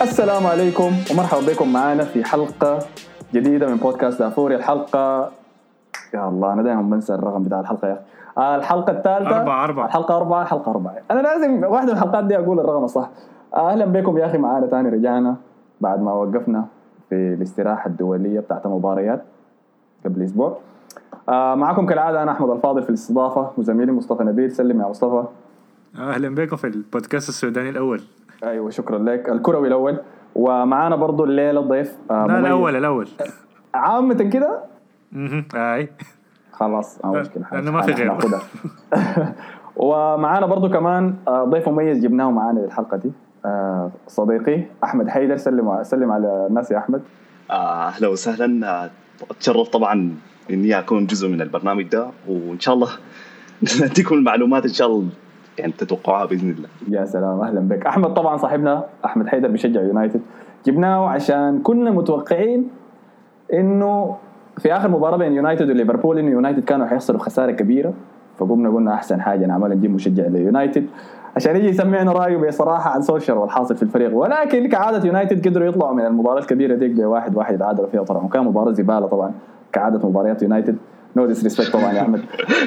السلام عليكم ومرحبا بكم معنا في حلقة جديدة من بودكاست دافوري. الحلقة يا الله أنا دائما بنسى الرقم بتاع الحلقة يا أخي. الحلقة الثالثة الحلقة 4 أنا لازم واحدة من الحلقات دي أقول الرقم الصح. أهلا بكم يا أخي معنا تاني، رجعنا بعد ما وقفنا في الاستراحة الدولية بتاعت المباريات قبل أسبوع. معكم كالعادة أنا أحمد الفاضل في الاستضافة وزميلي مصطفى نبيل. سلم يا مصطفى. أهلا بكم في البودكاست السوداني الأول. أيوة شكرا لك، الكروي الأول. ومعانا برضو الليلة ضيف لا الأول عامة كده. أي خلاص مشكلة لأنه ما في غيره. ومعانا برضو كمان ضيف مميز جبناه معانا للحلقة دي، صديقي أحمد حيدر. سلم على الناس يا أحمد. أهلا وسهلا. أتشرف طبعا إني أكون جزء من البرنامج ده، وإن شاء الله نديكم المعلومات إن شاء الله يعني تتوقعها بإذن الله. يا سلام أهلا بك أحمد. طبعا صاحبنا أحمد حيدر بيشجع يونايتد، جبناه عشان كنا متوقعين إنه في آخر مباراة بين يونايتد وليفربول إنه يونايتد كانوا حيخسروا خسارة كبيرة، فقمنا قلنا أحسن حاجة نعمل نجيب مشجع ليونايتد عشان يجي يسمعنا رأيه بصراحة عن سولشر والحاصل في الفريق. ولكن كعادة يونايتد قدروا يطلعوا من المباراة الكبيرة ديك ب1-1 يتعادلوا فيها طبعا، وكان مباراة زبالة طبعا كعادة مباريات يونايتد. نو ديسريسبكت طبعا يا أحمد.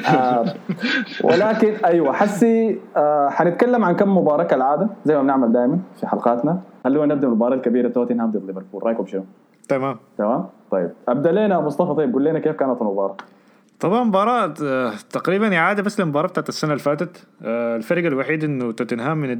ولكن أيوة حسي حنتكلم عن كم مباراة كالعادة زي ما بنعمل دائما في حلقاتنا. خلونا نبدأ المباراة الكبيرة توتنهام ضد ليفربول. رأيكم شنو؟ تمام. طيب أبدأ لنا مصطفى. طيب قول لنا كيف كانت المباراة. طبعا مباراة تقريبا إعادة بس للمباراة بتاعت السنة اللي فاتت. الفرق الوحيد إنه توتنهام من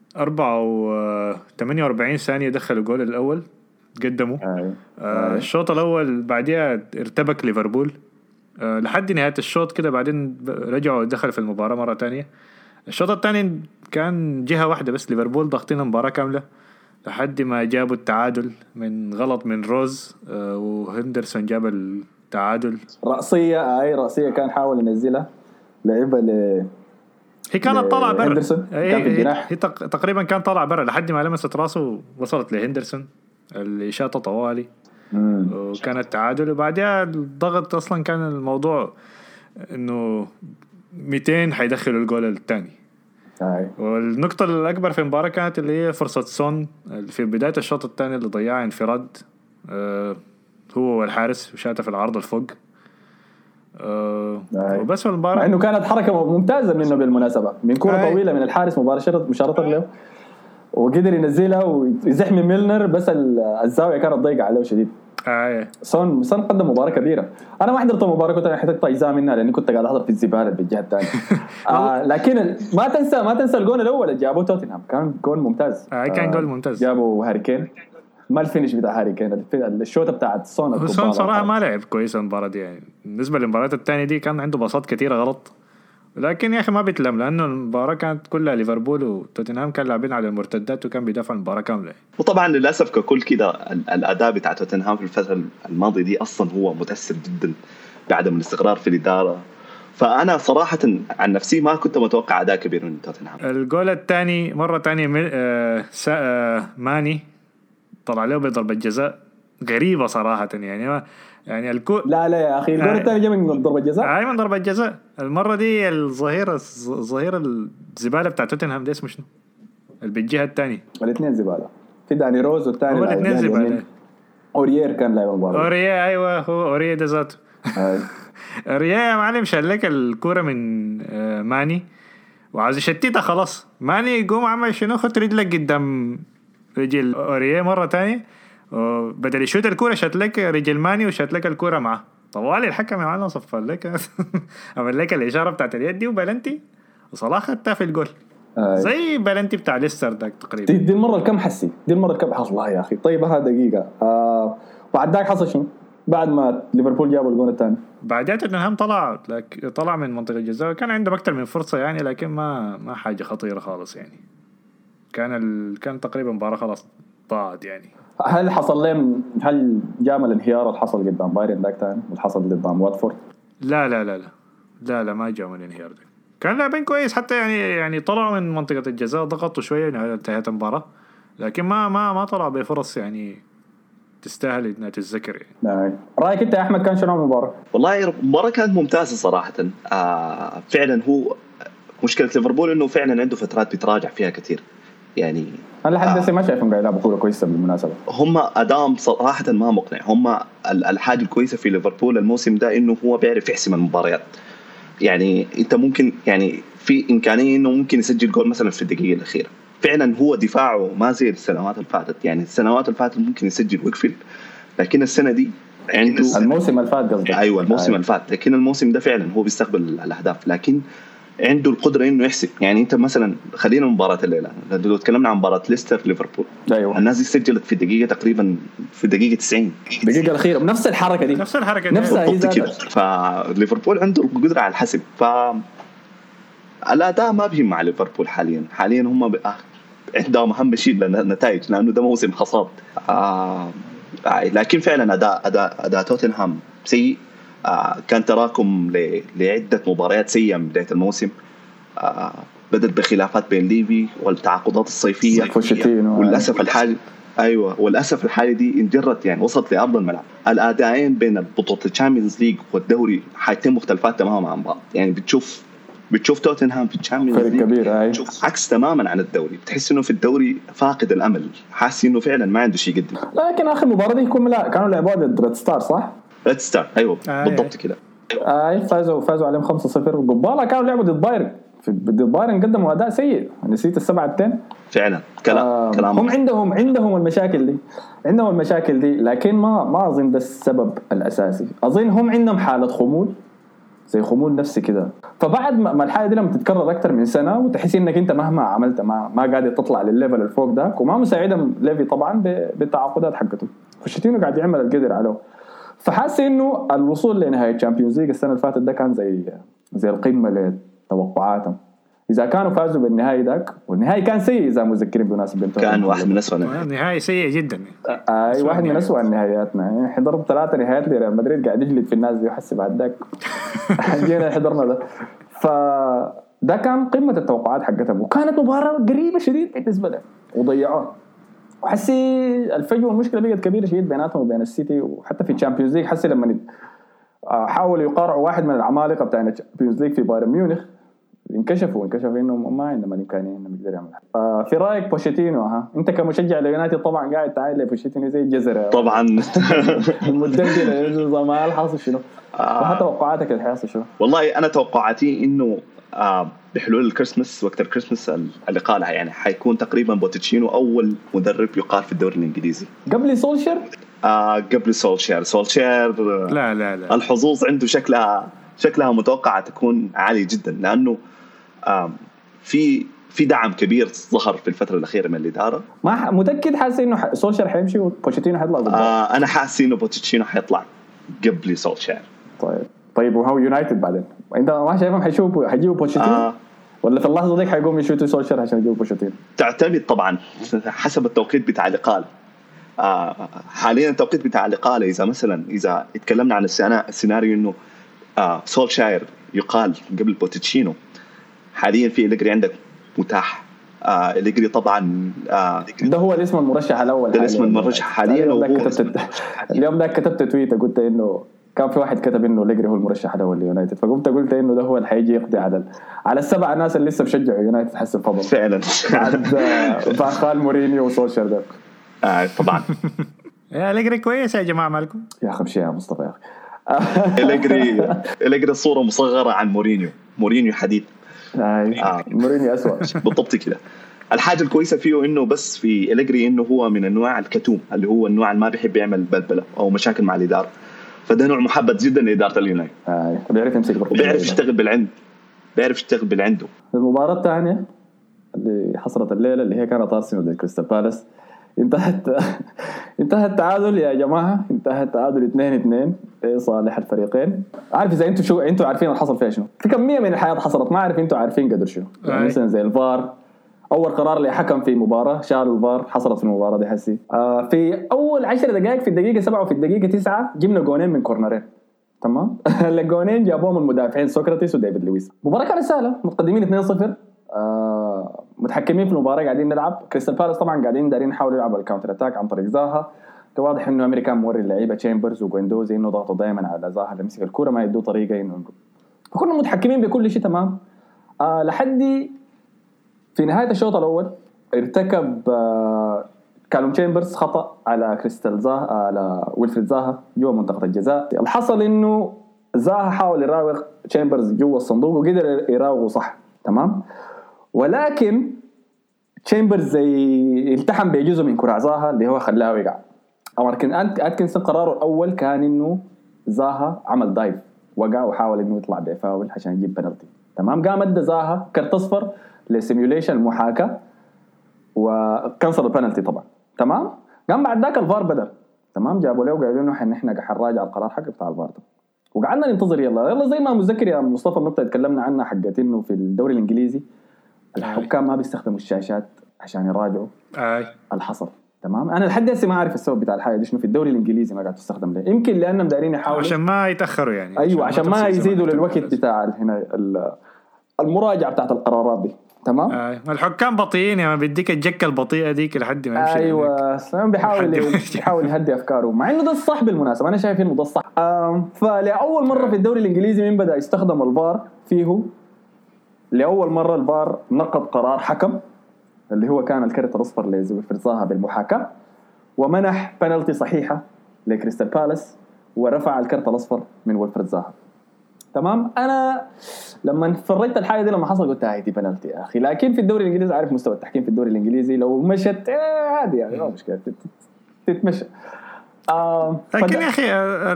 48 ثانية دخلوا جول الأول قدموا. الشوط الأول بعدها ارتبك ليفربول لحد نهاية الشوط كده، بعدين رجعوا دخل في المباراة مرة تانية. الشوط الثاني كان جهة واحدة بس، ليفربول ضغطين المباراة كاملة لحد ما جابوا التعادل من غلط من روز، وهندرسون جاب التعادل رأسية كان حاول ينزلها لعبة هي كانت طالعة برا. هي تقريبا كان طالع برا لحد ما لمست راسه وصلت لهندرسون اللي شاطه طوالي وكانت تعادل. وبعدها الضغط أصلا كان الموضوع إنه 200 حيدخلوا الجول الثاني. والنقطة الأكبر في المباراة كانت اللي هي فرصة سون في بداية الشوط الثاني اللي ضيعها انفراد هو والحارس وشاته في العرض الفوق. وبس المباراة مع إنه كانت حركة ممتازة منه بالمناسبة، من كرة طويلة من الحارس مباشرة له، وقدر ينزلها ويزحم ميلنر، بس الزاوية كانت ضيقة عليه شديد. سون قدم مباراة كبيرة. أنا ما حضرت المباراة، كنت حتى أجزاء منها لأني كنت قاعد أحضر في الزبالة بالجهة الثانية. لكن ما تنسى الجون الأول اللي جابوه توتنهام كان جون ممتاز. كان جول ممتاز. جابوا هاري كين، ما الفينش بتاع هاري كين، الشوطة بتاعت سون صراحة ما لعب كويس المباراة دي يعني. بالنسبة للمباراة الثانية دي كان عنده باصات كثيرة غلط، لكن يا أخي ما بيتلم لأنه المباراة كانت كلها ليفربول وتوتنهام كان لاعبين على المرتدات وكان بيدافع المباراة كاملة. وطبعا للأسف ككل كده الأداء بتاع توتنهام في الفترة الماضية دي أصلا هو متأثر جدا بعدم الاستقرار في الإدارة. فأنا صراحة عن نفسي ما كنت متوقع أداء كبير من توتنهام. الجول الثاني مرة تانية ماني طلع له بضربة جزاء غريبة صراحة يعني لا يا أخي الجول الثاني جاء من ضربة جزاء. من ضربة جزاء. المرة دي الظهيرة الزبالة بتاع توتنهام ده اسمه شنو؟ بالجهة الثانية. الاثنين زبالة، في داني روز والثاني. هو الاثنين زبالة. أوريير كان لاعب المباراة. أيوة هو أوريير ده ذاته. أوريير يا معلم شلك الكرة من ماني وعايز يشتتها خلاص. ماني يقوم عمل شنو؟ خد رجلك قدام رجل أوريير مرة تانية، بدل يشوت الكرة شتلك رجل ماني وشتلك الكرة معه. طوالي الحكم يا معلم صفر لك عمل لك الإشارة بتاعت اليد دي وبلنتي، وصلاح خدتها في الجول. زي بلنتي بتاع ليستر داك تقريبا. دي المرة الكم حسي، الله يا أخي. طيب هذا دقيقة وبعد ذاك حصل شنو؟ بعد ما ليفربول جابوا الجول الثاني بعدها توتنهام طلع من منطقة الجزاء، كان عنده أكتر من فرصة يعني، لكن ما حاجة خطيرة خالص يعني. كان تقريبا مباراة خلاص ضاعت يعني. هل جام الانهيار اللي حصل قدام بايرن ذاك ثاني واللي حصل قدام واتفورد؟ لا ما جام الانهيار ده. كان لاعبين كويس حتى يعني طلعوا من منطقة الجزاء، ضغطوا شوية يعني انتهت المباراة، لكن ما طلعوا بفرص يعني تستاهل انها تتذكر يعني. نعم. رايك انت يا احمد كان شنو المباراه؟ والله المباراه كانت ممتازه صراحه. فعلا هو مشكله ليفربول انه فعلا عنده فترات بيتراجع فيها كثير يعني. انا لحد هسه ما شايفهم قاعد يلعبوا كوره كويسه بالمناسبه. هم ادائهم صراحه ما مقنع. هم الحاجه الكويسه في ليفربول الموسم ده انه هو بيعرف يحسم المباريات. يعني انت ممكن يعني في امكانيه انه ممكن يسجل جول مثلا في الدقيقه الاخيره. فعلا هو دفاعه ما زي السنوات اللي فاتت. يعني السنوات اللي فاتت ممكن يسجل ويقفل، لكن السنه دي عنده الموسم اللي فات قصدي. ايوه الموسم اللي فات، لكن الموسم ده فعلا هو بيستقبل الاهداف، لكن عنده القدره انه يحسب. يعني انت مثلا خلينا مباراه الليله، لو تكلمنا عن مباراه ليستر ليفربول، أيوة. الناس دي سجلت في الدقيقه تقريبا في الدقيقه 90 الدقيقه الاخيره بنفس الحركه دي نفسها هي كده. فليفربول عنده القدره على الحسب. فالاداء ما بهم مع ليفربول حاليا هم عندهم اهم شيء النتائج، لانه ده موسم حصاد. لكن فعلا اداء توتنهام سيء. كان تراكم لعده مباريات سيئه من بدايه الموسم. بدت بخلافات بين ليفي والتعاقدات الصيفيه وللاسف الحال والاسف الحاله دي انجرت، يعني وصلت لارض الملعب. الادائين بين بطوله الشامبيونز ليج والدوري حيتم مختلفات تماما عن بعض. يعني بتشوف توتنهام في الشامبيونز ليج بتشوف عكس تماما عن الدوري. بتحس انه في الدوري فاقد الامل، حاسس انه فعلا ما عنده شيء يقدم. لكن اخر مباراه دي كانوا لعبوا ضد ريد ستار صح؟ ريد ستار ايوه بالضبط كده. فازوا عليهم 5-0. وقبالها كانوا لعبوا ضد بايرن. ضد بايرن قدموا اداء سيء، نسيت 7-2 فعلا. كلام هم عندهم المشاكل دي لكن ما اظن ده السبب الاساسي. اظن هم عندهم حاله خمول، زي خمول نفسي كده. فبعد ما الحاله دي لما تتكرر اكثر من سنه وتحس انك انت مهما عملت ما قاعد تطلع للليفل الفوق ده، وما مساعدهم ليفي طبعا بالتعاقدات حقته. فشتينو قاعد يعمل القدر عليه. فحاسس انه الوصول لنهايه الشامبيونز ليج السنه اللي فاتت ده كان زي القمه لتوقعاتهم. اذا كانوا فازوا بالنهائي ذاك، والنهائي كان سيء اذا متذكرين بمناسبه كان واحد من اسوء النهائي سيء جدا. واحد من اسوء النهائياتنا. يعني حضرت 3 نهائيات لريال مدريد قاعد يجلد في الناس دي ويحسب بعد ذاك جينا حضرنا ده. فده كان قمه التوقعات حقتهم، وكانت مباراه قريبه شديد بالنسبه لهم وضيعوها. وحسي الفجوه والمشكله بقت كبيره شديد بيناتهم وبين السيتي. وحتى في الشامبيونز ليج حسي لما حاولوا يقارعوا واحد من العمالقه بتاع الشامبيونز ليج في بايرن ميونخ، انكشف انهم ما عندهم الامكانيه انهم يقدروا يعملوا. في رايك بوشيتينو، انت كمشجع ليونايتد طبعا قاعد تعاين لبوشيتينو زي الجزره طبعا المدلل ما الحاصل شنو؟ وحتى توقعاتك الحاصل شنو؟ والله انا توقعاتي انه بحلول الكريسماس، وقت الكريسماس اللي قالها، يعني حيكون تقريبا بوتشينو اول مدرب يقال في الدوري الانجليزي قبل سولشر. قبل سولشير لا الحظوظ عنده شكلها متوقعة تكون عالية جدا، لأنه في دعم كبير ظهر في الفترة الأخيرة من الإدارة. ما متأكد، حاسس إنه سولشير حيمشي وبوتشيتينو حيطلع أنا حاسس إنه بوتشيتينو حيطلع قبل سولشير. طيب وهو يونايتد بعدين أنت ما شايفهم حيجيبوا بوتشيتينو ولا في اللحظة ديك حيقوم يشوتوا سولشير عشان يجيبوا بوتشيتينو؟ تعتمد طبعا حسب التوقيت بتاع الإقالة. حاليا التوقيت بتاع الإقالة إذا اتكلمنا عن السيناريو إنه سولشاير يقال قبل بوتشينو، حاليا في إليجري عندك متاح. إليجري طبعا ده هو الاسم المرشح الأول. ده الاسم المرشح حاليا. اليوم ده كتبت تويتر قلت إنه كان في واحد كتب إنه إليجري هو المرشح الأول ليونايتد، فقمت قلت إنه ده هو اللي حيجي يقضي على السبع ناس اللي لسه بشجعوا يونايتد حسب فضل فعلا بعد فاخال مورينيو وسولشاير ده. طبعا يا إليجري كويس يا جماعة مالكم يا أخي مشي يا مصطفى يا أخي. إليجري الصورة مصغرة عن مورينيو حديث. مورينيو أسوأ بالضبط كده. الحاجة الكويسة فيه إنه بس في إليجري إنه هو من النوع الكتوم، اللي هو النوع اللي ما بيحب يعمل بلبلة أو مشاكل مع الإدارة. فده نوع محبب جدا لإدارة اليونايتد. بيعرف يمسك وبيعرف يشتغل بالعنده. المباراة الثانية اللي حصلت الليلة اللي هي كانت أرسنال ضد كريستال بالاس، انتهت تعادل يا جماعة. انتهت تعادل 2-2 لصالح الفريقين. عارف إذا أنتوا عارفين اللي حصل فيها شنو؟ في كمية من الحياة حصلت، ما عارف أنتوا عارفين قدر شنو. يعني مثلا زي الفار، أول قرار اللي حكم في مباراة شالوا الفار، حصلت في المباراة دي حسي. في أول 10 دقائق في الدقيقة 7 وفي الدقيقة 9 جبنا جونين من كورنرين. تمام. الجونين جابوهم المدافعين سوكراتيس وديفيد لويس. المباراة كانت سهلة، متقدمين 2-0. متحكمين في المباراة، قاعدين نلعب. كريستال بالاس طبعا قاعدين دارين يحاولوا يلعبوا الكاونتر اتاك عن طريق زاها. واضح انه امريكان موري اللعيبه تشامبرز وغويندوزي انه ضغطوا دائما على زاها اللي مسك الكوره، ما يدوا طريقه انه فكنا متحكمين بكل شيء تمام. لحد في نهايه الشوط الاول ارتكب كالوم تشامبرز خطأ على كريستال زاها، على ويلفريد زاها جوا منطقة الجزاء. الحصل إنه زاها حاول يراوغ تشامبرز جوا الصندوق وقدر يراوغه صح، تمام. ولكن تشامبرز زي التحم بجزء من كرة زاها اللي هو خلاه وقع. لكن أتكنسون قراره الأول كان إنه زاها عمل دايف وقع وحاول إنه يطلع بفاول عشان يجيب بنالتي، تمام. قام ادى زاها كرت اصفر لسيميوليشن المحاكاه وكنسل البنالتي طبعا، تمام. قام بعد ذاك الفار بدل، تمام. جابوا له وقالوا له احنا حنراجع القرار حق بتاع الفار ده، وقعدنا ننتظر. يلا زي ما متذكر يا مصطفى النقطه تكلمنا عنها حقت انه في الدوري الانجليزي الحكام ما بيستخدموا الشاشات عشان يراجعوا الحصل، تمام. انا لحد هسه ما اعرف السبب بتاع الحاجه دي شنو في الدوري الانجليزي ما قاعد تستخدم ليه. يمكن لانهم دايرين يحاولوا عشان ما يتاخروا يعني، ايوه عشان ما يزيدوا للوقت بتاع هنا المراجعه بتاعت القرارات دي، تمام. الحكام بطيئين يعني، بيديك الجكه البطيئه ديك لحد ما يمشي. ايوه بيحاول يهدي افكاره، مع انه ده الصح بالمناسبه. انا شايف انه ده الصح. فلاول مره في الدوري الانجليزي من بدا يستخدم الفار فيه، لاول مره الفار نقض قرار حكم اللي هو كان الكرت الاصفر لويلفريد زاها بالمحاكاه، ومنح بنالتي صحيحه لكريستال بالاس ورفع الكرت الاصفر من ويلفريد زاها، تمام. انا لما اتفرجت الحاجه دي لما حصل قلت هاي دي بنالتي يا اخي. لكن في الدوري الانجليزي عارف مستوى التحكيم في الدوري الانجليزي لو مشت عادي يعني ما مشكله تتمشى. لكن يا اخي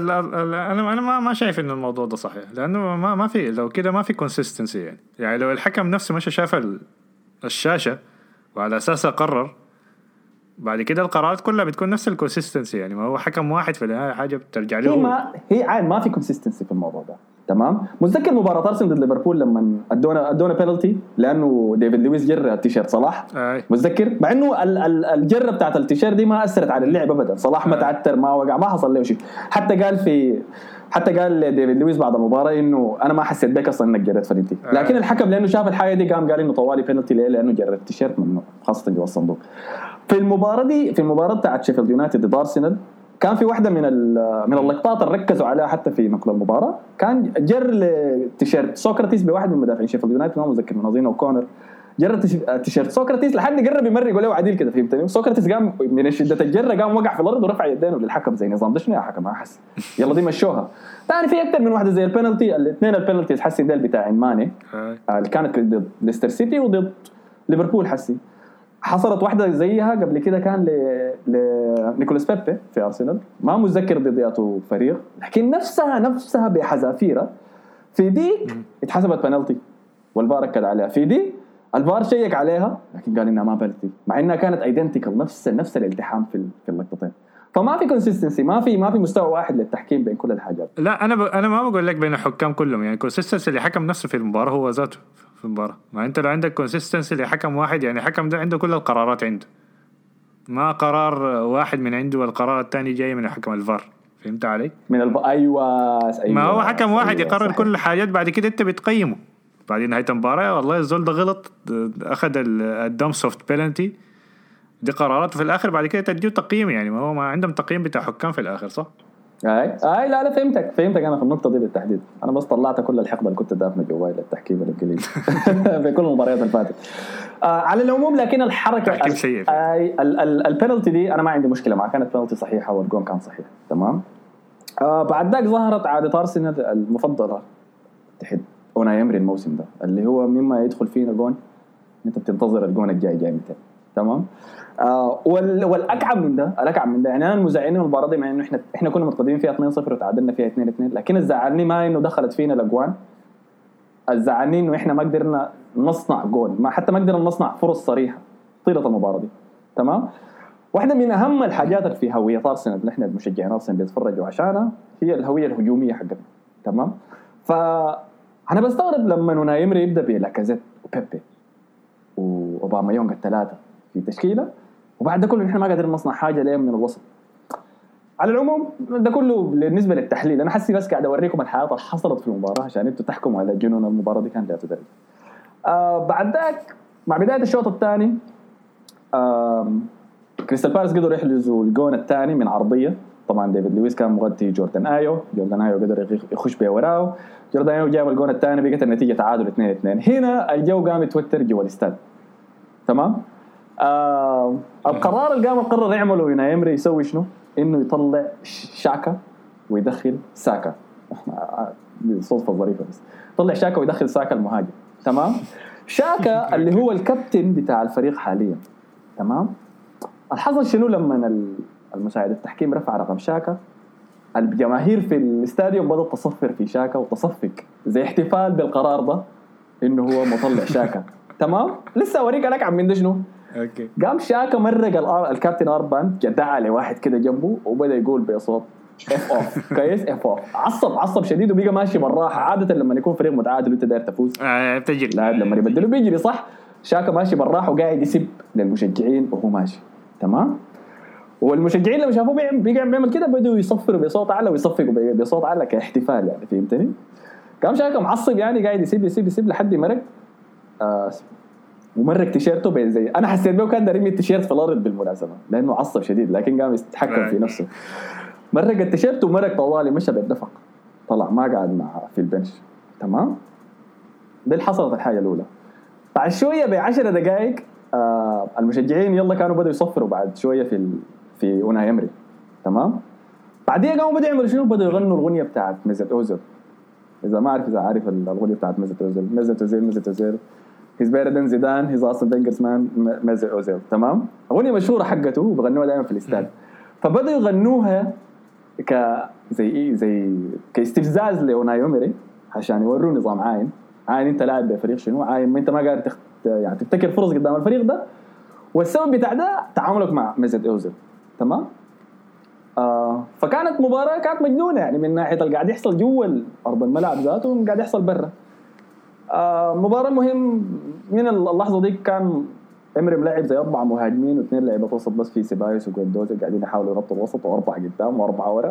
انا ما شايف ان الموضوع ده صحيح، لانه ما في لو كده ما في كونسيستنسي يعني لو الحكم نفسه مش شاف الشاشه وعلى اساسها قرر، بعد كده القرارات كلها بتكون نفس الكونسيستنسي يعني، ما هو حكم واحد في النهايه حاجه بترجع له. هي عاد ما في كونسيستنسي في الموضوع ده، تمام. متذكر مباراه ارسنال ضد ليفربول لما ادونا بينالتي لانه ديفيد لويس جرى التيشيرت صلاح، متذكر، مع انه الجره بتاعت التيشيرت دي ما اثرت على اللعب ابدا. صلاح ما تعثر ما وقع ما حصل له شيء. حتى قال ديفيد لويس بعد المباراه انه انا ما حسيت بك اصلا انك جريت فريتي، لكن الحكم لانه شاف الحاجه دي قال انه طوالي بينالتي لانه جرى التيشيرت منه خاصه جوا الصندوق. في المباراه بتاعت شيفيلد يونايتد ضد ارسنال كان في واحده من اللقطات اللي ركزوا عليها حتى في نقل المباراه، كان جر تيشيرت سوكراتيس بواحد من مدافعين شيفيلد يونايتد ما متذكر من اظن كونر، جر تيشيرت سوكراتيس لحد قرب يمرق له عديل كده، فهمتني. سوكراتيس قام من شده الجره قام وقع في الارض ورفع يدينه للحكم زي نظام ده شنو يا حكم ما احس يلا دي مشوها. ثاني في اكثر من واحده زي البنالتي، الاثنين البنالتيز حسي ديل بتاع ماني اللي كانت ضد ليستر وضد ليفربول. حسي حصلت واحدة زيها قبل كده كان لنيكولاس بيبي في أرسنال، ما متذكر ضدياته فريق، لكن نفسها بحذافيرة. في دي اتحسبت بنالتي والفار أكد عليها، في دي الفار شيك عليها لكن قال إنها ما بنالتي مع إنها كانت ايدنتيكال نفس الالتحام في اللقطتين. فما في كونسيستنسي، ما في مستوى واحد للتحكيم بين كل الحاجات. لا انا ما بقول لك بين الحكام كلهم يعني كونسيستنسي اللي حكم نفسه في المباراه هو ذاته في المباراه. ما انت لو عندك كونسيستنسي لحكم واحد يعني حكم ده عنده كل القرارات عنده، ما قرار واحد من عنده والقرار الثاني جاي من حكم الفار، فهمت علي؟ ايوه ما هو حكم واحد يقرر كل الحاجات، بعد كده انت بتقيمه بعد نهايه المباراه والله الزول ده غلط اخذ الدم سوفت بينالتي، دي قراراته في الاخر بعد كده تديه تقييم يعني. ما هو ما عندهم تقييم بتاع حكام في الاخر صح؟ لا فهمتك انا في النقطه دي بالتحديد. انا بس طلعت كل الحقبه اللي كنت دافنه جواي للتحكيم الانجليزي في كل المباريات اللي فاتت. على العموم لكن الحركه البنالتي دي انا ما عندي مشكله معها، كانت بنالتي صحيحه والجون كان صحيح، تمام. بعد ذاك ظهرت عاده ارسنال المفضله تحت اوناي إمري الموسم ده، اللي هو مما يدخل فينا جون انت بتنتظر الجون الجاي متى، تمام. والاكعب من ده يعني انا المزعلني من المباراه دي مع انه احنا كنا متقدمين فيها 2-0 وتعادلنا فيها 2-2، لكن الزعلني ما انه دخلت فينا الاجوان، الزعلني انه احنا ما قدرنا نصنع جول، ما حتى ما قدرنا نصنع فرص صريحه طيله المباراه دي، تمام. واحده من اهم الحاجات اللي في هويه ارسنال اللي احنا مشجعين ارسنال بيتفرجوا عشانها هي الهويه الهجوميه حقتنا، تمام. فانا بستغرب لما اوناي إمري يبدا بلاكازيت وبيبي واوباميونغ الثلاثه في تشكيله، وبعد ده كله نحن ما قادرين نصنع حاجه ليه من الوسط. على العموم ده كله بالنسبه للتحليل، انا حسي بس قاعد اوريكم الحياه اللي حصلت في المباراه عشان انتم تحكموا على جنون المباراه دي كان لا تدري. بعد ذاك مع بدايه الشوط الثاني كريستال بالاس قدروا يحجزوا الجون الثاني من عرضيه، طبعا ديفيد لويس كان مغطي جوردان ايو قدر يخش بيه وراه، جوردان ايو جاب الجون الثاني، بقت النتيجه تعادل 2-2. هنا الجو قام يتوتر جوا الاستاد، تمام. القرار اللي قرر يعمله يوناي إمري يسوي شنو؟ إنه يطلع شاكا ويدخل ساكا. صدفة ظريفة بس طلع شاكا ويدخل ساكا المهاجم. تمام. شاكا اللي هو الكابتن بتاع الفريق حاليا. تمام. الحصل شنو لما المساعد التحكيم رفع رقم شاكا، الجماهير في الاستاديوم بدأت تصفر في شاكا وتصفق زي احتفال بالقرار ده انه هو مطلع شاكا. تمام. لسه اوريك لك عم من ده شنو. اوكي. قام شاكا مرق الكابتن اربان دعا لواحد كده جنبه وبدا يقول بصوت اف اوف. كويس. اف اوف. عصب شديد وبقى ماشي بالراحه. عاده لما يكون فريق متعادل وانت داير تفوز بتجري، لا لما يبدلوا بيجري صح. شاكا ماشي بالراحه وقاعد يسب للمشجعين وهو ماشي. تمام. والمشجعين لما شافوه بيعمل كده بدوا يصفروا بصوت اعلى ويصفقوا بصوت اعلى كاحتفال يعني. فهمتني؟ قام شاكا معصب يعني قاعد يسب لحد مرق ومرق تيشيرته زي انا حسيت بيه كان داري التيشيرت في الارض بالمناسبه لانه عصب شديد، لكن قام يتحكم في نفسه. مرق التيشيرت ومرق طوالي مشى بالدفق طلع ما قعد مع في البنش. تمام. ده اللي حصلت الحاجه الاولى. بعد شويه ب10 دقائق المشجعين يلا كانوا بدوا يصفروا بعد شويه في أوناي إمري. تمام. بعدين قاموا بدوا يعملوا شنو؟ بدوا يغنوا الأغنية بتاعت ميزت أوزيل. إذا ما عارف الأغنية بتاعت ميزت أوزيل he's better than Zidane he's awesome Wenger's man ميزت أوزيل. تمام. أغنية مشهورة حقته وبغنوها دائما في الاستاد. فبدوا يغنوها زي كاستفزاز لأوناي إمري عشان يوروا نظام عاين انت لاعب بفريق شنو عاين ما انت ما قادر يعني تبتكر فرص قدام الفريق ده، والسبب بتاع ده تعاملك مع ميزت أوزيل. تمام. فكانت مباراة كانت مجنونة يعني من ناحية اللي قاعد يحصل جوا أرض الملعب ذاته ومن قاعد يحصل برا. مباراة مهم. من اللحظة دي كان إمري ملاعب زي 4 مهاجمين و2 لاعبة وسط بس في سيبايوس وجويندوزي قاعدين يحاولوا يغطوا الوسط و4 قدام و4 ورا.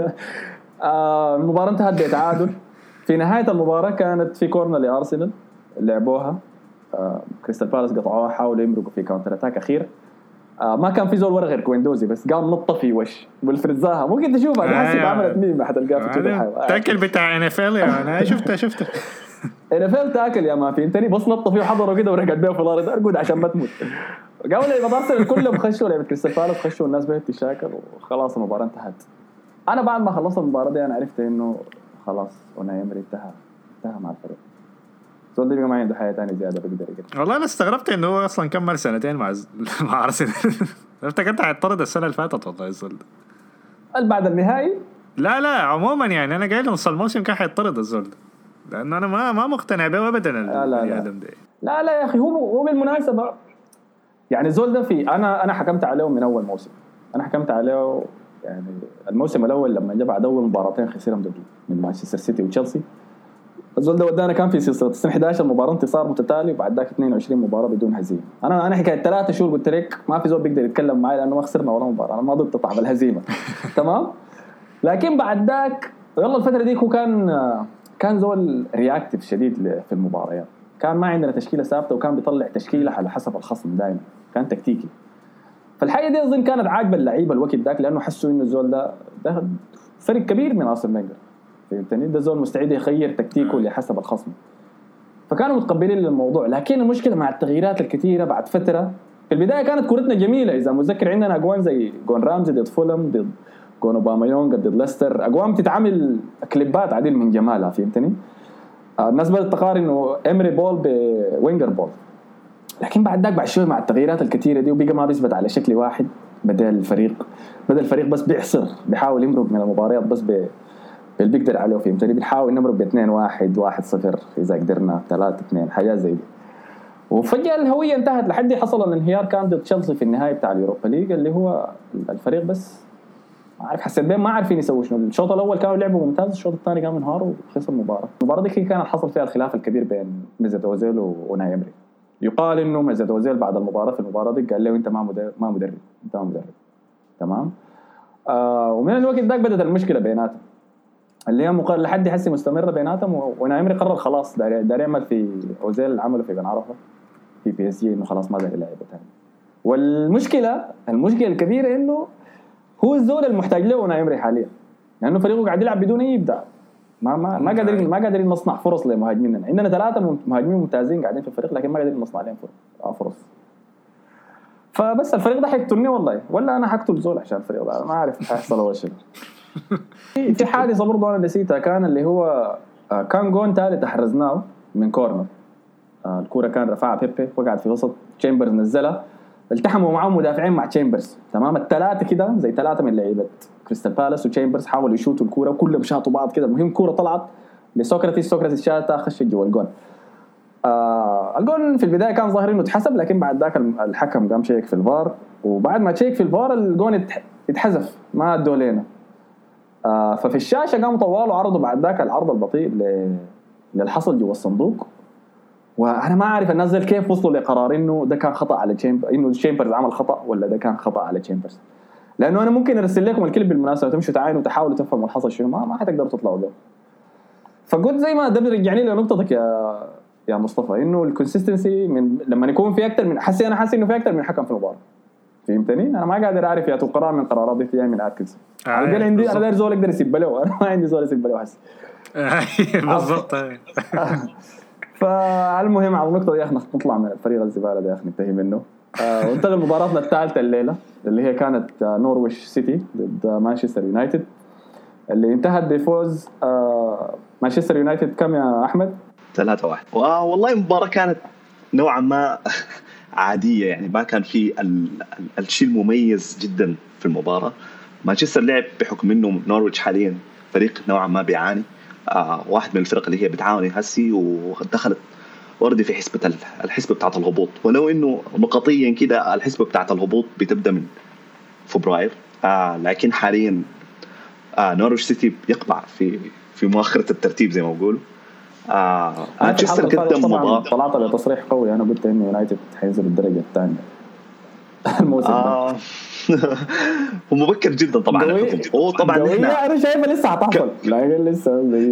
المباراة انتهت بتعادل. في نهاية المباراة كانت في كورنر لأرسنال لعبوها. كريستال بالاس قطعوها حاولوا يمرقوا في كاونتر اتاك أخير. ما كان في زول ورا غير كويندوزي بس قام نط في وش والفرزاها ممكن تشوفها تحسب عملت ميم حتلقاها في تويتر. تاكل بتاع NFL يعني انا شفته NFL تاكل يا ما في انتني بس نط فيه وحضروا كده ورجع بيه في الارض ارقد عشان ما تموت. قاموا لعبة أرسنال كلهم خشوا لعبة كريستال بالاس خشوا والناس بقت تشاكل وخلاص المباراة انتهت. انا بعد ما خلصت المباراة دي انا عرفت انه خلاص أوناي إمري انتهى مع الفريق. زول دي ما عنده حياة تانية زيادة بقدر يقدر. والله أنا استغربت إنه هو أصلاً كمل 2 مع أرسنال. افتكرت هيطرد السنة اللي فاتت والله الزول ده. بعد النهائي؟ لا عموماً يعني أنا قايل نص الموسم كان هيطرد الزول ده لأنه أنا ما مقتنع به أبداً. لا يا أخي هو بالمناسبة يعني الزول ده في أنا حكمت عليه من أول موسم. أنا حكمت عليه يعني الموسم الأول لما جاب بعد أول مباراتين خسرهم ضد من مانشستر سيتي وتشيلسي. الزول ده ودانا كان في سلسله 11 مباراه انتصار متتالي وبعد ذاك 22 مباراه بدون هزيمه. انا حكايه 3 شهور قلت لك ما في زول بيقدر يتكلم معي لانه ما خسرنا ولا مباراه. انا ما ضد طعم الهزيمه. تمام. لكن بعد ذاك يلا الفتره دي هو كان زول رياكتيف شديد في المباريات. كان ما عندنا تشكيله ثابته وكان بيطلع تشكيله على حسب الخصم دائما. كان تكتيكي. فالحاجه دي اظن كانت عاجبه اللعيبه الوقت ذاك لانه حسوا انه الزول ده فرق كبير من أرسن فينجر. فهمتني؟ ده زول مستعد يغير تكتيكه لحسب الخصم. فكانوا متقبلين للموضوع. لكن المشكله مع التغييرات الكثيره بعد فتره. في البدايه كانت كورتنا جميله اذا متذكر عندنا اجوان زي جون رامزي ضد فولم ضد جون اوباميونغ ضد ليستر اجوان بتتعمل كليبات عديل من جمالها. فهمتني؟ الناس بدات تقارن انه امري بول بوينجر بول. لكن بعد شوي مع التغييرات الكثيره دي وبقى ما بيثبت على شكل واحد. بدا الفريق بس بيحاول يمرق من المباريات بس اللي بيقدر عليه. فهمتني؟ بنحاول نمرق ب2-1 1-0 اذا قدرنا 3-2 حاجات زي دي. وفجاه الهويه انتهت لحد حصل الانهيار كان ضد تشيلسي في النهائي بتاع اليوروبا ليج اللي هو الفريق بس ما عارف حسيت بين ما عارفين يسووا شنو. الشوط الاول كانوا لعبوا ممتاز الشوط الثاني قام انهار وخسر المباراه دي كانت حصل فيها الخلاف الكبير بين ميزت أوزيل وأوناي إمري. يقال انه ميزت أوزيل بعد المباراه دي قال له انت ما مدرب انت ما مدرب. تمام. ومن الوقت ذاك بدت المشكله بيناتهم اللي هي لحد حسي مستمره بيناتهم. وأوناي إمري قرر خلاص دار يعمل في أوزيل عمله في بن عرفه في بي اس جي انه خلاص ما دار يلعب ثاني. والمشكله الكبيره انه هو الزول المحتاج له أوناي إمري حاليا لانه فريقه قاعد يلعب بدون اي ابداع. ما قادرين نصنع فرص لمهاجمين. عندنا 3 مهاجمين ممتازين قاعدين في الفريق لكن ما قادرين نصنع لهم فرص. فبس الفريق ده حيقتلني والله، ولا انا حقتل زول عشان الفريق ده، ما عارف حيحصل اول شيء. في حادثه برضه انا نسيتها، كان اللي هو كان جون ثالث احرزناه من كورنر. الكوره كان رفعها بيبي، وقعت في وسط تشامبرز، نزلها، التحموا معهم مدافعين مع تشامبرز تمام، الثلاثه كده زي ثلاثه من لعيبه كريستال بالاس وتشامبرز حاولوا يشوتوا الكوره وكلهم شاطوا بعض كده. المهم كوره طلعت لسوكراتيس، سوكراتيس شاتها خشت جوا الجون. الجون في البدايه كان ظاهر انه اتحسب، لكن بعد ذاك الحكم قام شيك في الفار، وبعد ما تشيك في الفار الجون اتحذف ما ادوا لنا. ففي الشاشه قاموا طوالوا عرضوا بعد ذاك العرض البطيء للحصل جوا الصندوق. وانا ما اعرف الناس كيف وصلوا لقرار انه ده كان خطا على تشامبرز، انه تشامبرز عمل خطا ولا ده كان خطا على تشامبرز. لانه انا ممكن ارسل لكم الكليب بالمناسبه تمشوا تعاينوا وتحاولوا تفهموا الحصل شنو، ما حتقدروا تطلعوا له. فقلت زي ما ده بيرجعني لنقطتك يا مصطفى، انه الكونسيستنسي من لما يكون في اكثر من انا حاسس انه في اكثر من حكم في المباراه. فهمتني؟ انا ما قادر اعرف يا تو قرار من قرارات دي جاي من اتكنز. قال عندي انا داير زول يقدر يسيب له، انا ما عندي زول يسيب له هسه. بالضبط. فالمهم على النقطه دي يا اخي نطلع من فريق الزباله ده يا اخي ننتهي منه. وانتقل مباراتنا الثالثه الليله اللي هي كانت نورويش سيتي ضد مانشستر يونايتد، اللي انتهت بفوز مانشستر يونايتد. كم يا احمد؟ 3-1. والله المباراه كانت نوعا ما عاديه، يعني ما كان في الشيء المميز جدا في المباراه. مانشستر لعب بحكم انه نورويتش حاليا فريق نوعا ما بيعاني، واحد من الفرق اللي هي بتعاني هسي، ودخلت وردي في الحسبة بتاعت الهبوط، ولو انه نقطيا كده الحسبة بتاعت الهبوط بتبدأ من فبراير، لكن حاليا نورويتش سيتي يقبع في مؤخرة الترتيب زي ما بقولوا. مانشستر قدم مباراة، طلعت بتصريح قوي، انا قلت انه يونايتد حينزل الدرجة الثانية الموسم ده. هو مبكر جدا طبعا. هو طبعا انا شايفه لسه هتحصل، لكن لسه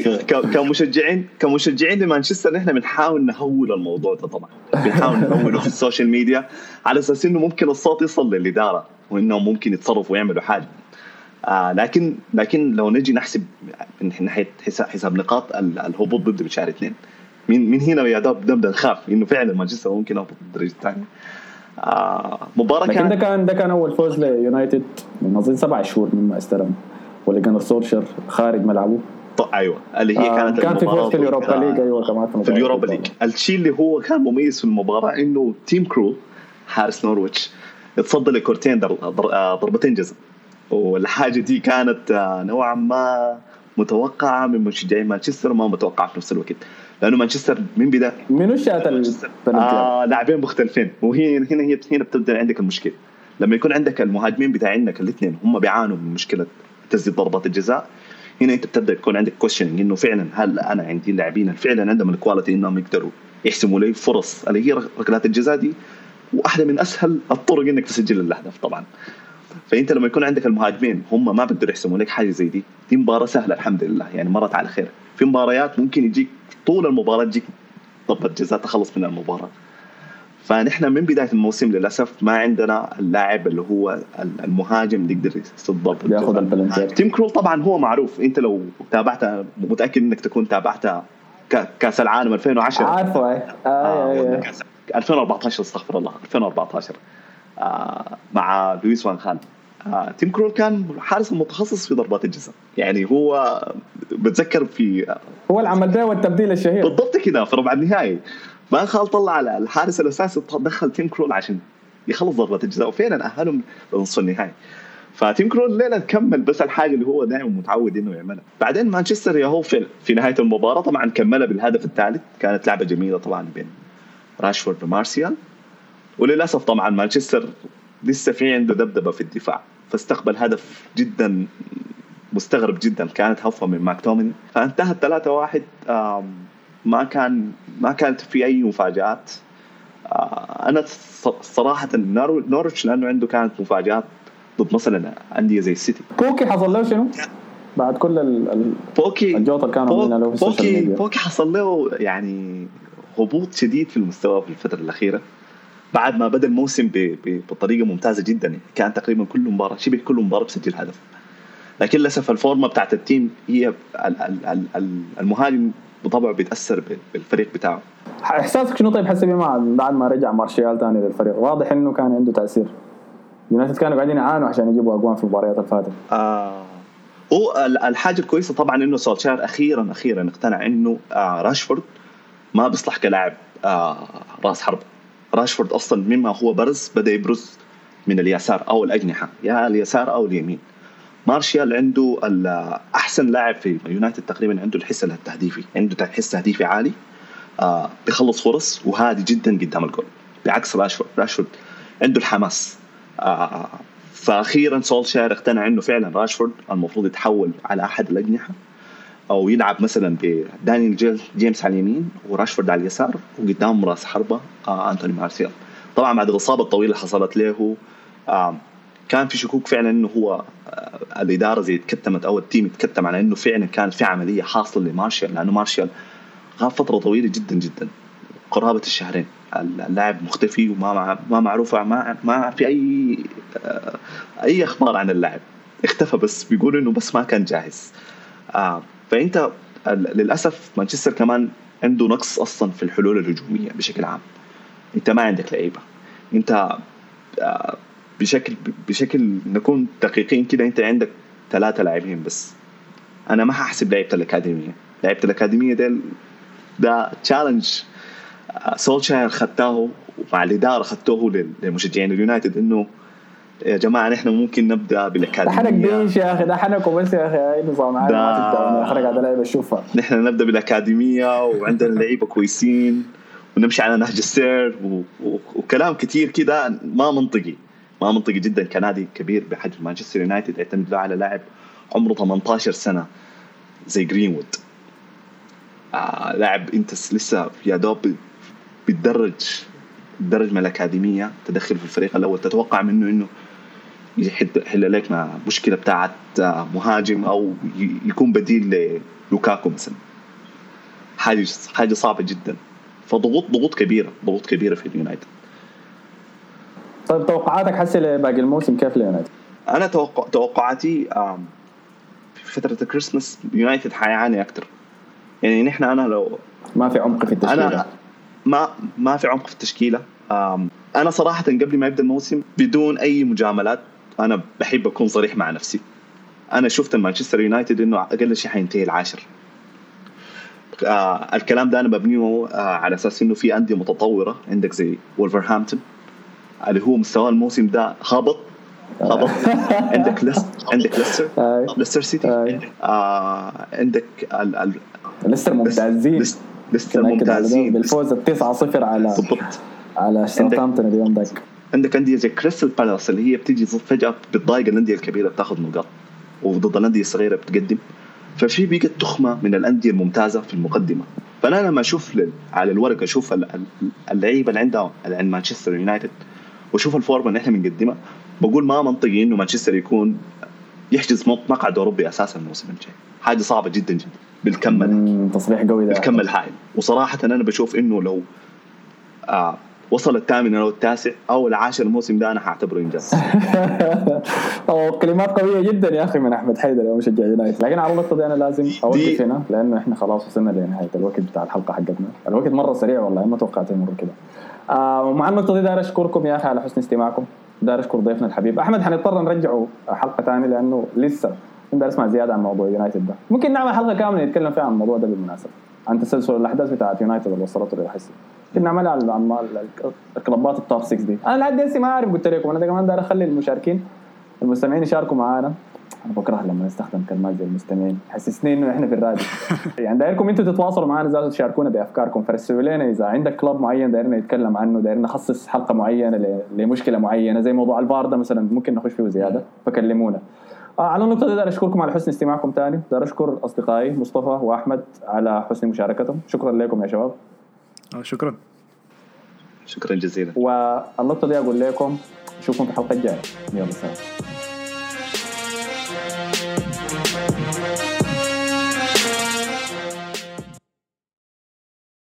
كمشجعين لمانشستر نحن بنحاول نهول الموضوع ده، طبعا بنحاول نهوله في السوشيال ميديا على اساس انه ممكن الصوت يصل للاداره وانهم ممكن يتصرفوا ويعملوا حاجه. لكن لو نجي نحسب من ناحيه حساب نقاط الهبوط بيبدا بشهر 2، من هنا يا دوب نبدا نخاف انه فعلا مانشستر ممكن يهبط الدرجه الثانيه. مباراة لكن ده كان أول فوز ليونايتد من أظن 7 شهور مما استلم، واللي كان سولشر خارج ملعبه. أيوة اللي هي كان في فوز في اليوروبا ليج. أيوة كمان في اليوروبا ليج. الشيء اللي هو كان مميز في المباراة إنه تيم كرول حارس نورويتش تصدى لكورتين ضربتين جزاء، والحاجة دي كانت نوعا ما متوقعة من مشجعين مانشستر، ما متوقعة في نفس الوقت، لأنه مانشستر من بداية منو شات لاعبين مختلفين. وهي هنا بتبدأ عندك المشكلة لما يكون عندك المهاجمين بتاعينك الاثنين هم بيعانوا من مشكلة تسديد ضربات الجزاء. هنا انت بتبدأ يكون عندك كويشنينج انه فعلا هل انا عندي لاعبين فعلا عندهم الكواليتي انهم يقدروا يحسموا لي فرص اللي هي ركلات الجزاء دي، واحدة من اسهل الطرق انك تسجل الاهداف طبعا. فانت لما يكون عندك المهاجمين هم ما بيقدروا يحسموا لك حاجة زي دي مباراة سهلة الحمد لله، يعني مرت على خير. في مباريات ممكن يجيك طول المباراة تجيك ضربة جزاء تخلص من المباراة. فنحن من بداية الموسم للأسف ما عندنا اللاعب اللي هو المهاجم اللي يقدر يصد ضربة الجزاء. تيم كرول طبعا هو معروف، انت لو تابعته متأكد انك تكون تابعته كأس العالم 2010 عارفه 2014 استغفر الله 2014 مع لويس وان خال. تيم كرول كان حارس متخصص في ضربات الجزاء، يعني هو بتذكر في هو العمل ده والتبديل الشهير بالضبط كده في ربع النهائي، ما خال طلع على الحارس الأساسي دخل تيم كرول عشان يخلص ضربة الجزاء، وفعلا أهلهم لنصف النهائي. فتيم كرول ليلة كمل بس الحاجة اللي هو دائما متعود إنه يعملها. بعدين مانشستر يهو في نهاية المباراة طبعا كملها بالهدف الثالث، كانت لعبة جميلة طبعا بين راشفورد ومارسيال. وللأسف طبعا مانشستر لسه في عنده دبدبة في الدفاع، فاستقبل هدف جدا مستغرب جدا، كانت هفوة من ماكتوميني، فانتهت 3-1. ما كانت في أي مفاجآت. أنا صراحة نورتش لأنه عنده كانت مفاجآت ضد مثلا أندية زي السيتي. بوكي حصل له شنو بعد كل الجوطة اللي كانوا عاملينها له في السوشيال ميديا؟ بوكي حصل له يعني هبوط شديد في المستوى في الفترة الأخيرة بعد ما بدأ الموسم بطريقة ممتازة جدا، كان تقريبا كل مباراة شبه كل مباراة بسجل هدف. لكن للأسف الفورمة بتاعت التيم هي المهاجم بطبعه بيتاثر بالفريق بتاعه. احساسك شنو طيب حسب بعد ما رجع مارشال تاني للفريق؟ واضح انه كان عنده تاثير. يونايتد كانوا قاعدين يعانوا عشان يجيبوا اجوان في المباريات الفاتت. الحاجه الكويسه طبعا انه سولشاير اخيرا اقتنع انه راشفورد ما بيصلح كلاعب راس حرب. راشفورد اصلا مما هو برز بدا يبرز من اليسار او الاجنحه، يا اليسار او اليمين. مارشال عنده احسن لاعب في يونايتد تقريبا، عنده الحس التهديفي، عنده حس تهديفي عالي، بيخلص فرص وهادي جدا قدام الجول، بعكس راشفورد عنده الحماس. فاخيرا سولشاير اقتنع انه فعلا راشفورد المفروض يتحول على احد الاجنحه، او يلعب مثلا بدانيال جيمس على اليمين وراشفورد على اليسار، وقدام راس حربه انتوني مارسيال. طبعا بعد الاصابه الطويله اللي حصلت له كان في شكوك فعلا انه هو الاداره زي اتكتمت او التيم اتكتم على انه فعلا كان في عمليه حاصله لمارشال، لانه مارشال غاب فتره طويله جدا قرابه الشهرين. اللاعب مختفي وما معروفه، ما في اي اخبار عن اللاعب، اختفى، بس بيقولوا انه بس ما كان جاهز. فانت للاسف مانشستر كمان عنده نقص اصلا في الحلول الهجوميه بشكل عام. انت ما عندك لعيبه، انت بشكل نكون دقيقين كده، انت عندك 3 لاعبين بس. انا ما هحسب لعيبه الاكاديميه ده تشالنج سولشاير خدته مع الاداره، خدته للمشجعين اليونايتد انه يا جماعه نحن ممكن نبدا بالاكاديميه. ده حنك بيش يا اخي، ده حنك وبس يا اخي، اي نظام عادي ما تبدا اخرج على لعيبه تشوفها. نحن نبدا بالاكاديميه وعندنا لعيبه كويسين ونمشي على نهج السير وكلام كتير كده ما منطقي جدا. كنادي كبير بحجم مانشستر يونايتد يعتمد على لاعب عمره 18 سنه زي جرينوود، لاعب انت لسه يا دوب بيتدرج من الأكاديمية تدخل في الفريق الأول، تتوقع منه إنه يحل لك مع مشكلة بتاعت مهاجم أو يكون بديل للوكاكو مثلا. حاجة صعبة جدا، فضغوط كبيرة في اليونايتد. طيب توقعاتك حسي لباقي الموسم كيف ليونايتد؟ أنا توقعاتي في فترة الكريسماس يونايتد حيعاني أكتر. يعني أنا لو ما في عمق في التشكيلة، ما في عمق في التشكيلة. أنا صراحة قبل ما يبدأ الموسم بدون أي مجاملات أنا بحب أكون صريح مع نفسي. أنا شفت المانشستر يونايتد إنه أقل شيء حينتهي العاشر. الكلام ده أنا ببنيه على أساس إنه في أندية متطورة عندك زي وولفرهامبتون اللي هو مستوى الموسم ده هابط. عندك ليستر سيتي، عندك ليستر ممتازين بالفوز 9-0 على ساوثهامبتون اليوم ذاك. عندك أندية زي كريستال بالاس اللي هي بتيجي فجأة بتضايق الأندية الكبيرة بتاخذ نقاط، وضد الأندية الصغيرة بتقدم. ففي بيجت تخمة من الأندية الممتازة في المقدمة. فأنا لما أشوف على الورق أشوف اللعيبة اللي عندها عند مانشستر يونايتد وأشوف الفورمة اللي إحنا بنقدمها، بقول ما منطقي إنه مانشستر يكون يحجز مقعد أوروبي أساسا الموسم الجاي. حاجة صعبة جدا بالكمل. تصريح قوي ده، بالكمل هاي. وصراحة أنا بشوف إنه لو وصل الثامن أو التاسع أو العاشر الموسم ده أنا هعتبره إنجاز. كلمات قوية جدا يا أخي من أحمد حيدر يا مشجع يونايتد. لكن على النقطة دي أنا لازم أوقف هنا لأنه إحنا خلاص وصلنا لنهاية الوقت بتاع الحلقة حقتنا. الوقت مرة سريع والله، ما توقعت يمر كده. ومع النقطة دي داير أشكركم يا أخي على حسن استماعكم. داير أشكر ضيفنا الحبيب أحمد. حنضطر نرجعه حلقة تانية لأنه لسه ندير اسمع زيادة عن موضوع يونايتد ده. ممكن نعمل حلقة كاملة نتكلم فيها عن الموضوع ده بالمناسبة، عن تسلسل الأحداث بتاعت يونايتد اللي وصلته للحسي. كنا نعملها على الكلوبات التوب 6 دي. أنا لحد هسه ما أعرف، قلت لكم أنا ده كمان داير أخلي المشاركين المستمعين يشاركوا معانا. أنا بكره لما نستخدم كلمات زي المستمعين، حسسني إنه إحنا في الراديو. يعني دايركم أنتوا تتواصلوا معنا، زي تشاركونا بأفكاركم، فرسلوا لنا إذا عندك كلوب معين دايرنا نتكلم عنه، دايرنا نخصص حلقة معينة لمشكلة معينة زي موضوع الفار ده مثلا، ممكن نخش فيه زيادة، فكلمونا. على النقطة دي داير أشكركم على حسن استماعكم تاني. داير أشكر أصدقائي مصطفى وأحمد على حسن مشاركتهم. شكرا لكم يا شباب. شكرا جزيلا. والنقطة دي أقول لكم نشوفكم في الحلقة الجاية. يلا سلام.